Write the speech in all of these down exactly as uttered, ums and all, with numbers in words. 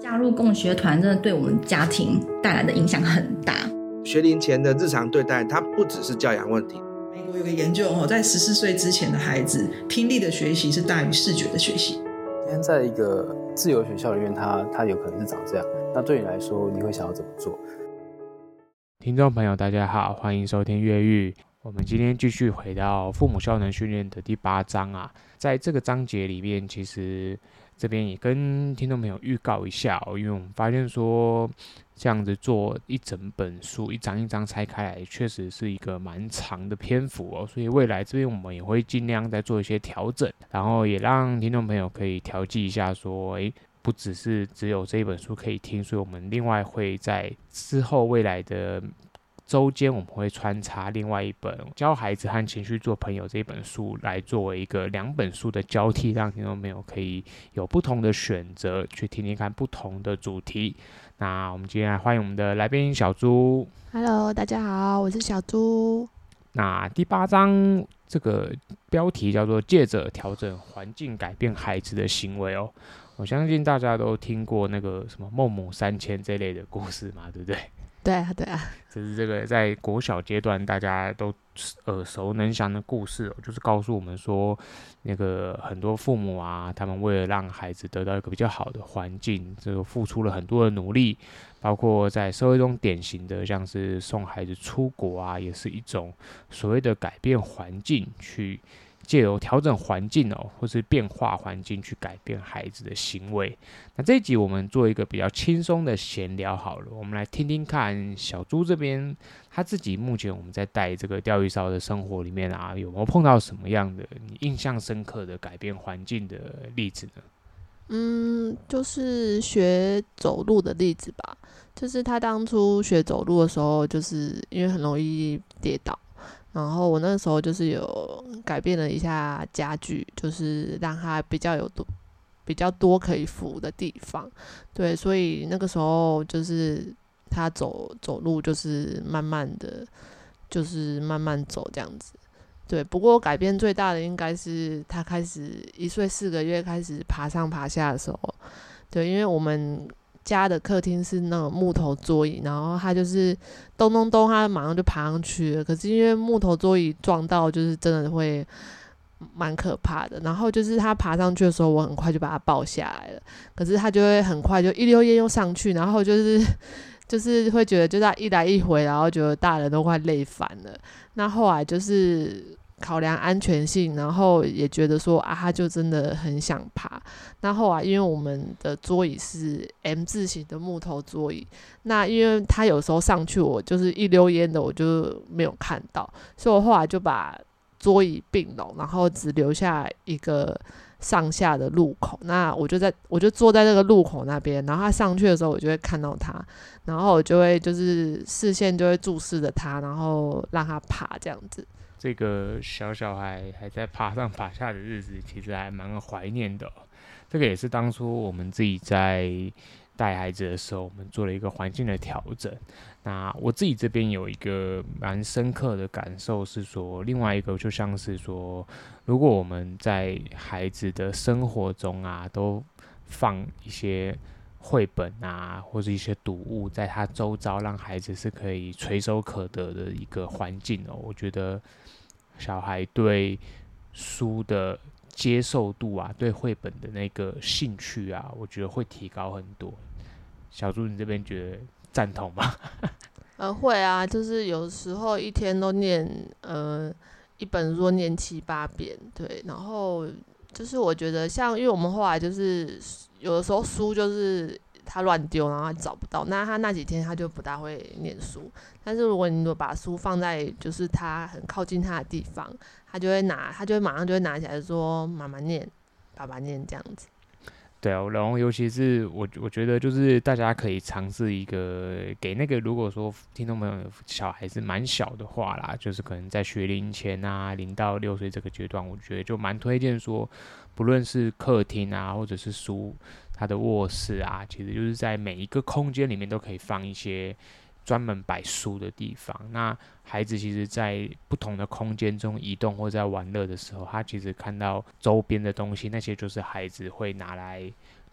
加入共学团真的对我们家庭带来的影响很大。 学龄前的日常对待，它不只是教养问题。 美国有个研究，在十四岁之前的孩子，听力的学习是大于视觉的学习。 今天在一个自由学校里面，它它有可能是长这样，那对你来说，你会想要怎么做？ 听众朋友，大家好，欢迎收听越育。我们今天继续回到父母效能训练的第八章啊，在这个章节里面，其实这边也跟听众朋友预告一下哦，因为我们发现说这样子做一整本书，一张一张拆开来，确实是一个蛮长的篇幅哦，所以未来这边我们也会尽量再做一些调整，然后也让听众朋友可以调剂一下说，诶，不只是只有这一本书可以听，所以我们另外会在之后未来的周间我们会穿插另外一本《教孩子和情绪做朋友》这本书，来作为一个两本书的交替，让听众朋友可以有不同的选择，去听听看不同的主题。那我们今天来欢迎我们的来宾小猪。 Hello， 大家好，我是小猪。 那第八章这个标题叫做"借着调整环境改变孩子的行为"哦。我相信大家都听过那个什么孟母三迁这类的故事嘛，对不对？ 对啊，对啊， 这是这个在国小阶段大家都耳熟能详的故事哦，就是告诉我们说，那个很多父母啊，他们为了让孩子得到一个比较好的环境，这个付出了很多的努力，包括在社会中典型的，像是送孩子出国啊，也是一种所谓的改变环境去。借由调整环境哦，或是变化环境去改变孩子的行为。那这一集我们做一个比较轻松的闲聊好了，我们来听听看小猪这边他自己目前我们在带这个钓鱼烧的生活里面啊，有没有碰到什么样的你印象深刻的改变环境的例子呢？ 嗯，就是学走路的例子吧。就是他当初学走路的时候，就是因为很容易跌倒。然后我那时候就是有改变了一下家具，就是让他比较有多比较多可以扶的地方，对，所以那个时候就是他走走路就是慢慢的，就是慢慢走这样子，对。不过改变最大的应该是他开始一岁四个月开始爬上爬下的时候，对，因为我们家的客厅是那种木头桌椅，然后他就是咚咚咚，他马上就爬上去了。可是因为木头桌椅撞到，就是真的会蛮可怕的。然后就是他爬上去的时候，我很快就把他抱下来了。可是他就会很快就一溜烟又上去，然后就是就是会觉得就他一来一回，然后觉得大人都快累烦了。那后来就是考量安全性，然后也觉得说啊，他就真的很想爬。那后来因为我们的桌椅是 M 字形的木头桌椅，那因为他有时候上去我就是一溜烟的我就没有看到，所以我后来就把桌椅并拢，然后只留下一个上下的入口，那我就在我就坐在那个入口那边，然后他上去的时候我就会看到他，然后我就会就是视线就会注视着他，然后让他爬这样子。 这个小小孩还在爬上爬下的日子，其实还蛮怀念的哦。这个也是当初我们自己在带孩子的时候，我们做了一个环境的调整。那我自己这边有一个蛮深刻的感受是说，另外一个就像是说，如果我们在孩子的生活中啊，都放一些绘本啊，或者一些读物在他周遭，让孩子是可以垂手可得的一个环境哦。我觉得小孩对书的接受度啊，对绘本的那个兴趣啊，我觉得会提高很多。小猪，你这边觉得赞同吗？ 呃，会啊，就是有时候一天都念呃一本书念七八遍，对，然后就是我觉得像，因为我们后来就是有的时候书就是他乱丢，然后他找不到，那他那几天他就不大会念书。但是如果你如果把书放在就是他很靠近他的地方，他就会拿，他就会马上就会拿起来说妈妈念，爸爸念这样子。 对啊，然后尤其是我，我觉得就是大家可以尝试一个给那个，如果说听众朋友小孩子蛮小的话啦，就是可能在学龄前啊，零到六岁这个阶段，我觉得就蛮推荐说，不论是客厅啊，或者是书，他的卧室啊，其实就是在每一个空间里面都可以放一些专门摆书的地方。那孩子其实在不同的空间中移动或在玩乐的时候，他其实看到周边的东西，那些就是孩子会拿来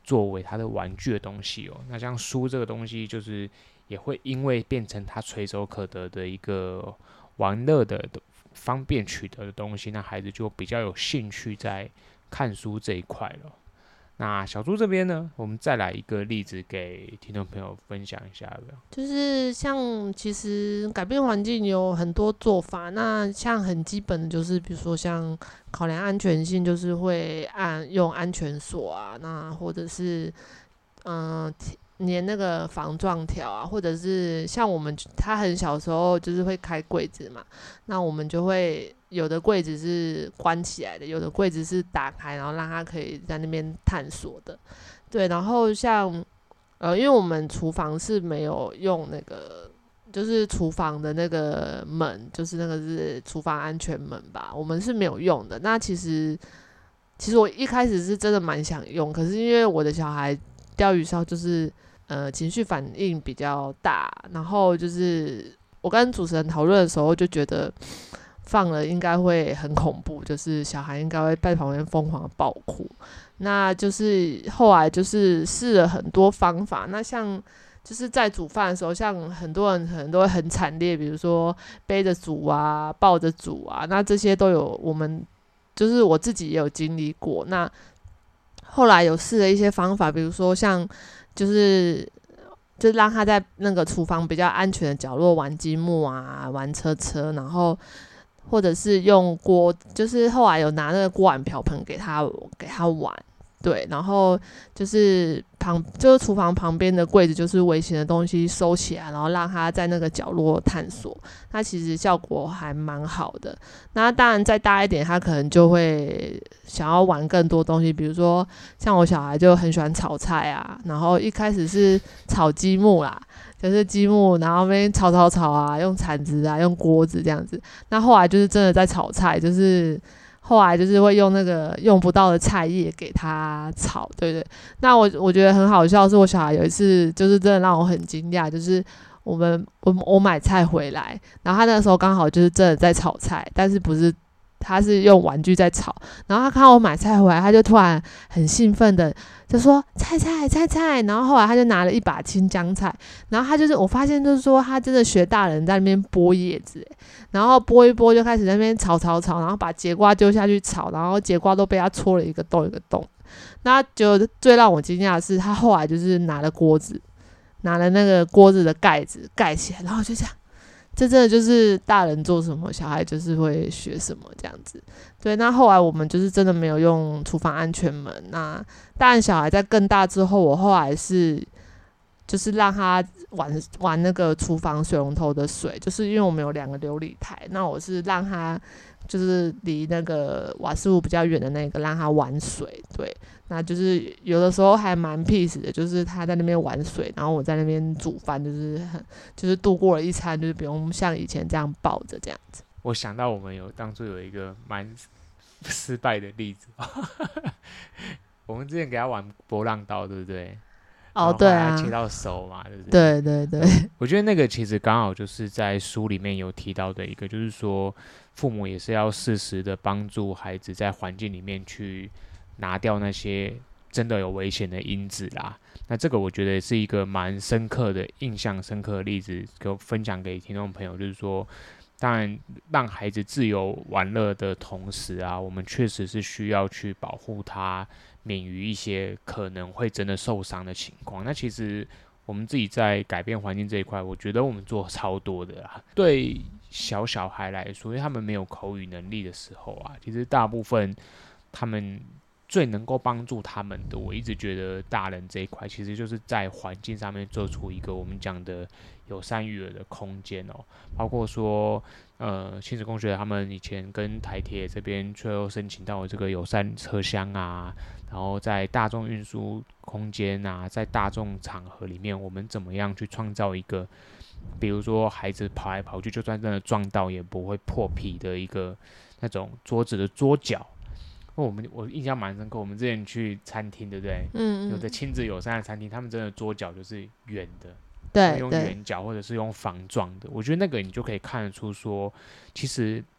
作为他的玩具的东西哦。那像书这个东西，就是也会因为变成他垂手可得的一个玩乐的方便取得的东西，那孩子就比较有兴趣在看书这一块了。那小猪这边呢，我们再来一个例子给听众朋友分享一下有没有？ 就是像其实改变环境有很多做法，那像很基本的就是比如说像考量安全性，就是会按用安全锁啊，那或者是嗯、呃粘那个防撞条啊，或者是像我们他很小的时候就是会开柜子嘛，那我们就会有的柜子是关起来的，有的柜子是打开，然后让他可以在那边探索的。对，然后像呃，因为我们厨房是没有用那个，就是厨房的那个门，就是那个是厨房安全门吧，我们是没有用的。那其实其实我一开始是真的蛮想用，可是因为我的小孩钓鱼烧就是呃情绪反应比较大，然后就是我跟主持人讨论的时候就觉得放了应该会很恐怖，就是小孩应该会在旁边疯狂的爆哭。那就是后来就是试了很多方法，那像就是在煮饭的时候，像很多人可能都会很惨烈，比如说背着煮啊，抱着煮啊，那这些都有我们就是我自己也有经历过。那后来有试了一些方法，比如说像就是就让他在那个厨房比较安全的角落玩积木啊，玩车车，然后或者是用锅，就是后来有拿那个锅碗瓢盆给他给他玩。对，然后就是旁就是厨房旁边的柜子，就是危险的东西收起来，然后让他在那个角落探索，那其实效果还蛮好的。那当然再大一点，他可能就会想要玩更多东西，比如说像我小孩就很喜欢炒菜啊，然后一开始是炒积木啦，就是积木，然后那边炒炒炒啊，用铲子啊，用锅子这样子。那后来就是真的在炒菜，就是后来就是会用那个用不到的菜叶给他炒，对对。那我我觉得很好笑，是我小孩有一次就是真的让我很惊讶，就是我们我我买菜回来，然后他那个时候刚好就是真的在炒菜，但是不是他是用玩具在炒，然后他看到我买菜回来，他就突然很兴奋的就说菜菜菜菜，然后后来他就拿了一把青江菜，然后他就是我发现就是说他真的学大人在那边剥叶子，然后剥一剥就开始在那边炒炒炒，然后把节瓜丢下去炒，然后节瓜都被他戳了一个洞一个洞。那就最让我惊讶的是，他后来就是拿了锅子，拿了那个锅子的盖子盖起来，然后就这样。这真的就是大人做什么，小孩就是会学什么这样子。对，那后来我们就是真的没有用厨房安全门。那当然，小孩在更大之后，我后来是就是让他玩玩那个厨房水龙头的水，就是因为我们有两个流理台，那我是让他就是离那个瓦斯炉比较远的那个让他玩水。对，那就是有的时候还蛮 peace 的，就是他在那边玩水，然后我在那边煮饭，就是很就是度过了一餐，就是不用像以前这样抱着这样子。 我想到我们有当初有一个蛮失败的例子，我们之前给他玩波浪刀，对不对？ 哦，对啊， 切到手嘛，对不对？对对对， 我觉得那个其实刚好就是在书里面有提到的一个，就是说父母也是要适时的帮助孩子在环境里面去拿掉那些真的有危险的因子啦。那这个我觉得是一个蛮深刻的、印象深刻的例子，给我分享给听众朋友，就是说，当然让孩子自由玩乐的同时啊，我们确实是需要去保护他，免于一些可能会真的受伤的情况。那其实我们自己在改变环境这一块，我觉得我们做超多的啦。对小小孩来说，因为他们没有口语能力的时候啊，其实大部分他们最能够帮助他们的，我一直觉得大人这一块其实就是在环境上面做出一个我们讲的友善育儿的空间哦，包括说呃亲子共学他们以前跟台铁这边最后申请到的这个友善车厢啊，然后在大众运输空间啊，在大众场合里面，我们怎么样去创造一个，比如说孩子跑来跑去，就算真的撞到也不会破皮的一个那种桌子的桌角。我们我印象蛮深刻，我们之前去餐厅，对不对？嗯嗯。有的亲子友善的餐厅，他们真的桌角就是圆的， 对， 用圆角或者是用防撞的。我觉得那个你就可以看得出说，其实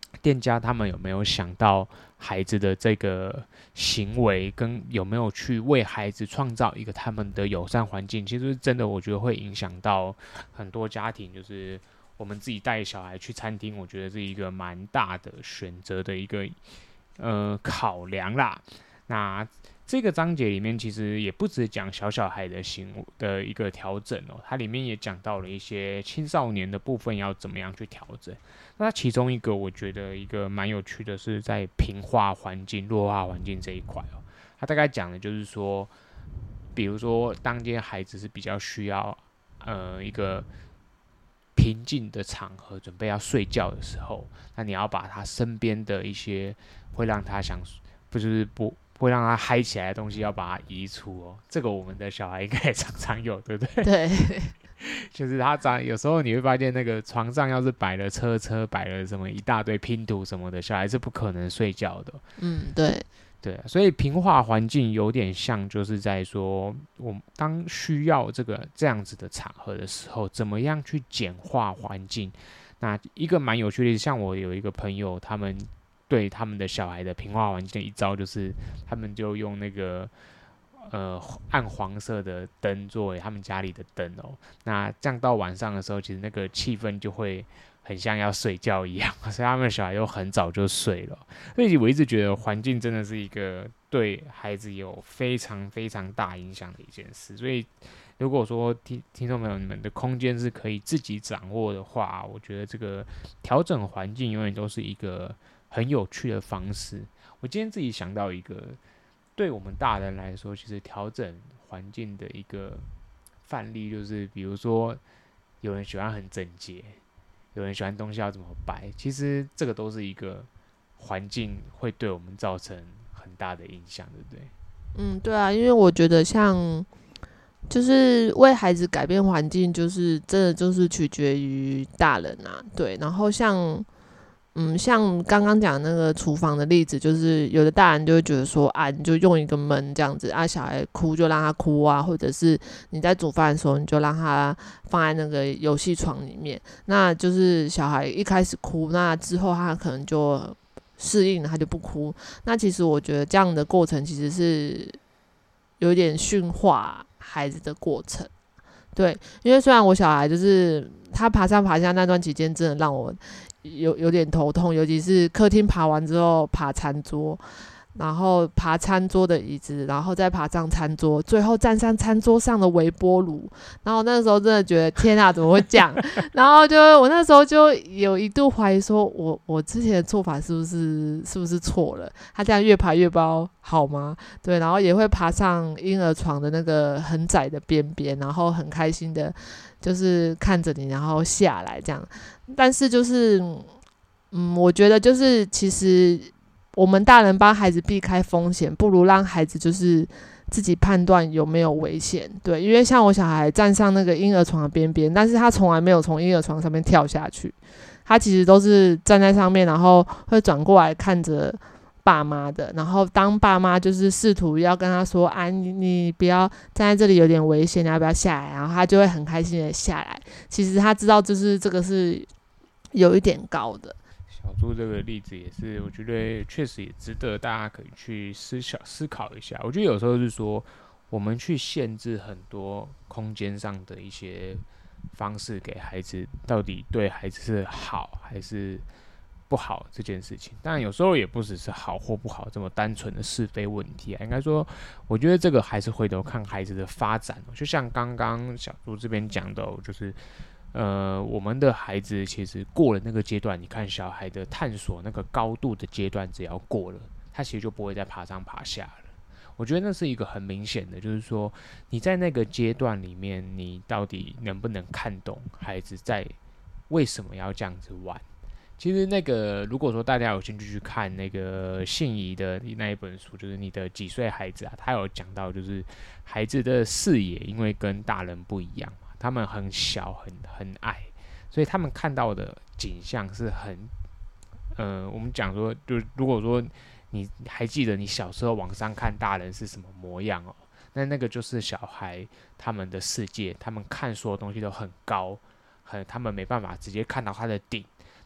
店家他们有没有想到孩子的这个行为，跟有没有去为孩子创造一个他们的友善环境，其实真的我觉得会影响到很多家庭，就是我们自己带小孩去餐厅，我觉得是一个蛮大的选择的一个呃考量啦。那这个章节里面其实也不只讲小小孩的行为的一个调整哦，它里面也讲到了一些青少年的部分要怎么样去调整。那其中一个我觉得一个蛮有趣的是在平化环境、弱化环境这一块哦，它大概讲的就是说，比如说当今天孩子是比较需要呃一个平静的场合，准备要睡觉的时候，那你要把他身边的一些会让他想不就是不。会让他嗨起来的东西要把它移除哦，这个我们的小孩应该也常常有，对不对？ 对， 就是他长有时候你会发现那个床上要是摆了车车，摆了什么一大堆拼图什么的，小孩是不可能睡觉的。 嗯，对， 对，所以平化环境有点像，就是在说，我们当需要这个这样子的场合的时候，怎么样去简化环境？那一个蛮有趣的，像我有一个朋友，他们。对他们的小孩的平化环境的一招，就是他们就用那个呃暗黄色的灯作为他们家里的灯哦。那这样到晚上的时候，其实那个气氛就会很像要睡觉一样，所以他们的小孩又很早就睡了。所以我一直觉得环境真的是一个对孩子有非常非常大影响的一件事。所以如果说听听众朋友你们的空间是可以自己掌握的话，我觉得这个调整环境永远都是一个很有趣的方式。我今天自己想到一个，对我们大人来说，其实调整环境的一个范例，就是比如说，有人喜欢很整洁，有人喜欢东西要怎么摆，其实这个都是一个环境会对我们造成很大的影响，对不对？ 嗯，对啊，因为我觉得像就是为孩子改变环境，就是真的就是取决于大人啊，对，然后像。嗯，像刚刚讲那个厨房的例子，就是有的大人就会觉得说啊，你就用一个门这样子啊，小孩哭就让他哭啊，或者是你在煮饭的时候，你就让他放在那个游戏床里面，那就是小孩一开始哭，那之后他可能就适应了，他就不哭。那其实我觉得这样的过程其实是有点驯化孩子的过程。对，因为虽然我小孩就是他爬上爬下那段期间，真的让我有有点头痛，尤其是客厅爬完之后爬餐桌，然后爬餐桌的椅子，然后再爬上餐桌，最后站上餐桌上的微波炉，然后那时候真的觉得天啊，怎么会这样？然后就我那时候就有一度怀疑说，我我之前的做法是不是是不是错了？他这样越爬越高好吗？对，然后也会爬上婴儿床的那个很窄的边边，然后很开心的，就是看着你，然后下来这样。但是就是，嗯，我觉得就是其实。我们大人帮孩子避开风险，不如让孩子就是自己判断有没有危险。对，因为像我小孩站上那个婴儿床的边边，但是他从来没有从婴儿床上面跳下去，他其实都是站在上面，然后会转过来看着爸妈的。然后当爸妈就是试图要跟他说：“啊，你你不要站在这里，有点危险，你要不要下来？”然后他就会很开心的下来。其实他知道，就是这个是有一点高的。 小猪这个例子也是，我觉得确实也值得大家可以去思考思考一下。我觉得有时候是说，我们去限制很多空间上的一些方式给孩子，到底对孩子是好还是不好这件事情。当然有时候也不只是好或不好这么单纯的是非问题啊。应该说，我觉得这个还是回头看孩子的发展。就像刚刚小猪这边讲的，就是。呃，我们的孩子其实过了那个阶段，你看小孩的探索那个高度的阶段，只要过了，他其实就不会再爬上爬下了。我觉得那是一个很明显的，就是说你在那个阶段里面，你到底能不能看懂孩子在为什么要这样子玩？其实那个，如果说大家有兴趣去看那个信宜的那一本书，就是你的几岁孩子啊，他有讲到，就是孩子的视野因为跟大人不一样。他们很小很很矮，所以他们看到的景象是很，呃，我们讲说，就如果说你还记得你小时候往上看大人是什么模样哦，那那个就是小孩他们的世界，他们看所有东西都很高，很他们没办法直接看到他的顶。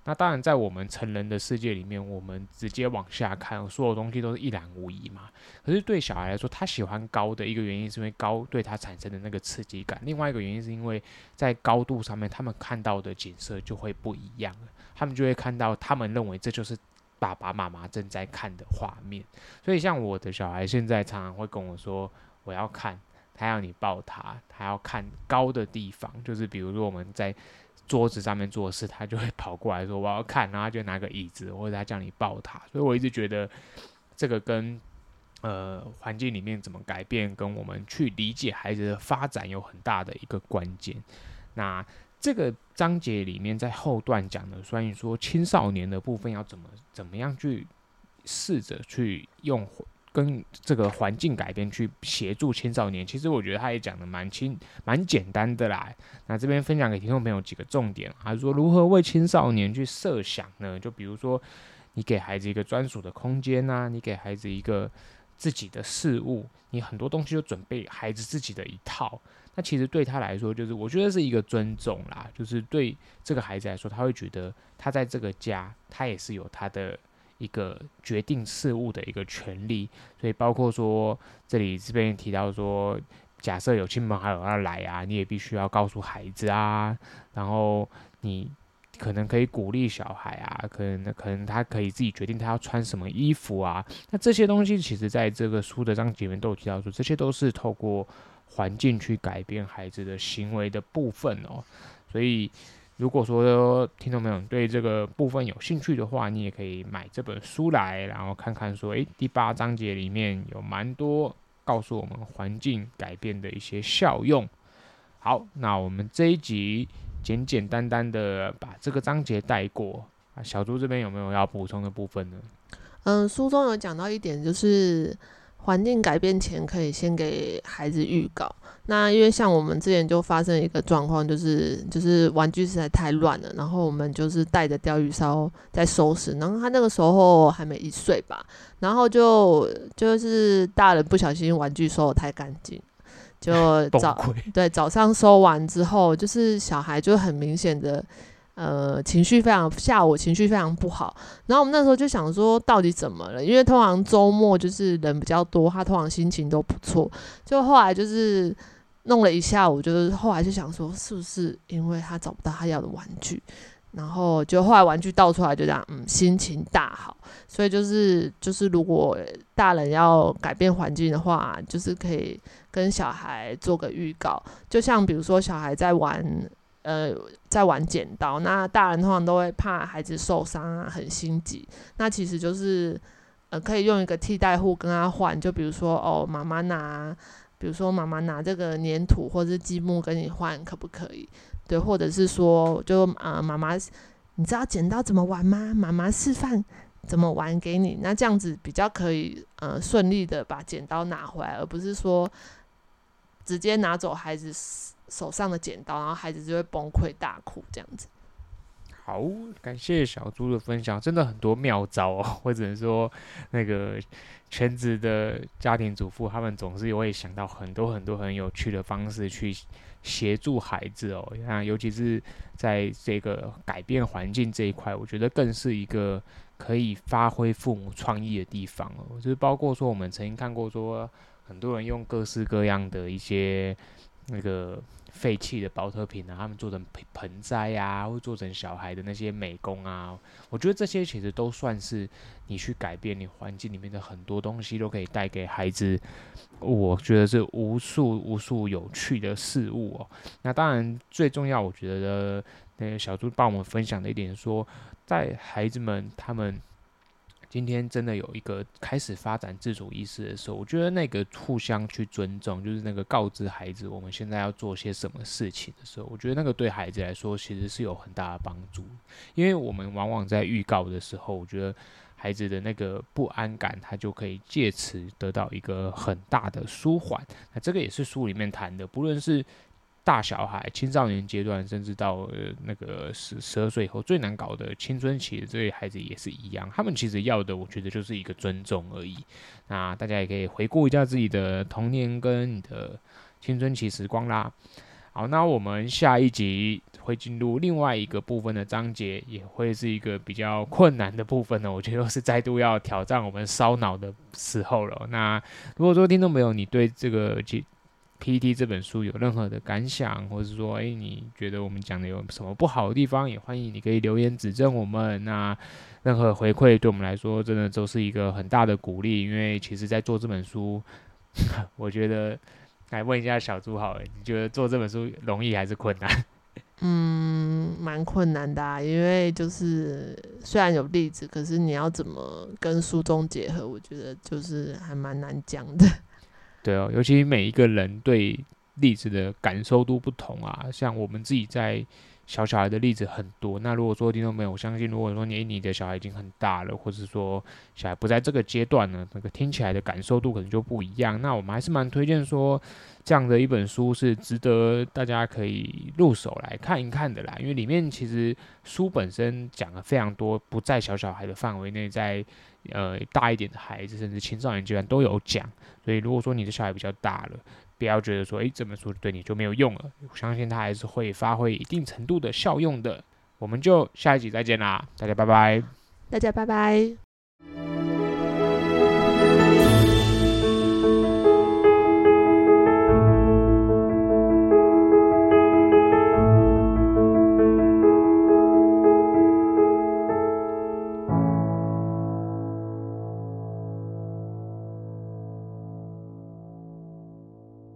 那当然，在我们成人的世界里面，我们直接往下看，所有东西都是一览无遗嘛。可是对小孩来说，他喜欢高的一个原因是因为高对他产生的那个刺激感，另外一个原因是因为在高度上面，他们看到的景色就会不一样了，他们就会看到他们认为这就是爸爸妈妈正在看的画面。所以像我的小孩现在常常会跟我说，我要看，他要你抱他，他要看高的地方，就是比如说我们在桌子上面做事，他就会跑过来说我要看，然后他就拿个椅子或者他叫你抱他。所以我一直觉得这个跟呃环境里面怎么改变，跟我们去理解孩子的发展有很大的一个关键。那这个章节里面在后段讲的，关于说青少年的部分要怎么怎么样去试着去用跟这个环境改变去协助青少年，其实我觉得他也讲的蛮轻蛮简单的啦。那这边分享给听众朋友几个重点，他说如何为青少年去设想呢？就比如说你给孩子一个专属的空间啊，你给孩子一个自己的事物，你很多东西就准备孩子自己的一套。那其实对他来说，就是我觉得是一个尊重啦，就是对这个孩子来说，他会觉得他在这个家，他也是有他的一个决定事物的一个权利。所以包括说这里这边提到说，假设有亲朋好友要来啊，你也必须要告诉孩子啊，然后你可能可以鼓励小孩啊，可能可能他可以自己决定他要穿什么衣服啊。那这些东西其实在这个书的章节里面都有提到说，这些都是透过环境去改变孩子的行为的部分哦。所以如果说听众朋友对这个部分有兴趣的话，你也可以买这本书来，然后看看说，诶，第八章节里面有蛮多告诉我们环境改变的一些效用。好，那我们这一集简简单单的把这个章节带过啊，小猪这边有没有要补充的部分呢？ 嗯，书中有讲到一点，就是环境改变前可以先给孩子预告。那因为像我们之前就发生一个状况，就是就是玩具实在太乱了，然后我们就是带着钓鱼竿在收拾，然后他那个时候还没一岁吧，然后就就是大人不小心玩具收得太干净，就早对早上收完之后，就是小孩就很明显的。呃，情绪非常，下午情绪非常不好。然后我们那时候就想说，到底怎么了？因为通常周末就是人比较多，他通常心情都不错。就后来就是弄了一下午，就是后来就想说，是不是因为他找不到他要的玩具？然后就后来玩具倒出来，就这样，嗯，心情大好。所以就是就是，如果大人要改变环境的话，就是可以跟小孩做个预告，就像比如说小孩在玩。呃，在玩剪刀，那大人通常都会怕孩子受伤啊，很心急。那其实就是呃，可以用一个替代物跟他换，就比如说哦，妈妈拿，比如说妈妈拿这个粘土或者是积木跟你换，可不可以？对，或者是说，就啊，妈妈，你知道剪刀怎么玩吗？妈妈示范怎么玩给你。那这样子比较可以呃顺利的把剪刀拿回来，而不是说直接拿走孩子手上的剪刀，然后孩子就会崩溃大哭这样子。 好，感谢小猪的分享，真的很多妙招哦。我只能说，那个全职的家庭主妇，他们总是会想到很多很多很有趣的方式去协助孩子哦。那尤其是在这个改变环境这一块，我觉得更是一个可以发挥父母创意的地方哦。就是包括说，我们曾经看过说，很多人用各式各样的一些那个废弃的保特瓶啊，他们做成盆栽啊，或做成小孩的那些美工啊，我觉得这些其实都算是你去改变你环境里面的很多东西，都可以带给孩子，我觉得是无数无数有趣的事物哦。那当然最重要，我觉得那个小猪帮我们分享的一点说，在孩子们他们今天真的有一个开始发展自主意识的时候，我觉得那个互相去尊重，就是那个告知孩子我们现在要做些什么事情的时候，我觉得那个对孩子来说其实是有很大的帮助。因为我们往往在预告的时候，我觉得孩子的那个不安感，他就可以借此得到一个很大的舒缓。那这个也是书里面谈的，不论是大小孩、青少年阶段，甚至到、呃、那个十十二岁以后最难搞的青春期的这些孩子也是一样，他们其实要的，我觉得就是一个尊重而已。那大家也可以回顾一下自己的童年跟你的青春期时光啦。 好，那我们下一集会进入另外一个部分的章节，也会是一个比较困难的部分呢。我觉得是再度要挑战我们烧脑的时候了。那如果说听众朋友你对这个 P T T 这本书有任何的感想，或者是说，哎，你觉得我们讲的有什么不好的地方，也欢迎你可以留言指正我们。那任何回馈对我们来说，真的都是一个很大的鼓励，因为其实在做这本书，我觉得。来问一下小猪好了，你觉得做这本书容易还是困难？ 嗯，蛮困难的啊，因为就是虽然有例子，可是你要怎么跟书中结合，我觉得就是还蛮难讲的。 对哦，尤其每一个人对例子的感受度不同啊，像我们自己在小小孩的例子很多，那如果说听众朋友，我相信如果说你你的小孩已经很大了，或者说小孩不在这个阶段呢，那个听起来的感受度可能就不一样。那我们还是蛮推荐说这样的一本书是值得大家可以入手来看一看的啦，因为里面其实书本身讲了非常多，不在小小孩的范围内，在呃大一点的孩子甚至青少年阶段都有讲，所以如果说你的小孩比较大了，不要觉得说，哎，这本书对你就没有用了。我相信它还是会发挥一定程度的效用的。我们就下一集再见啦，大家拜拜。 大家拜拜。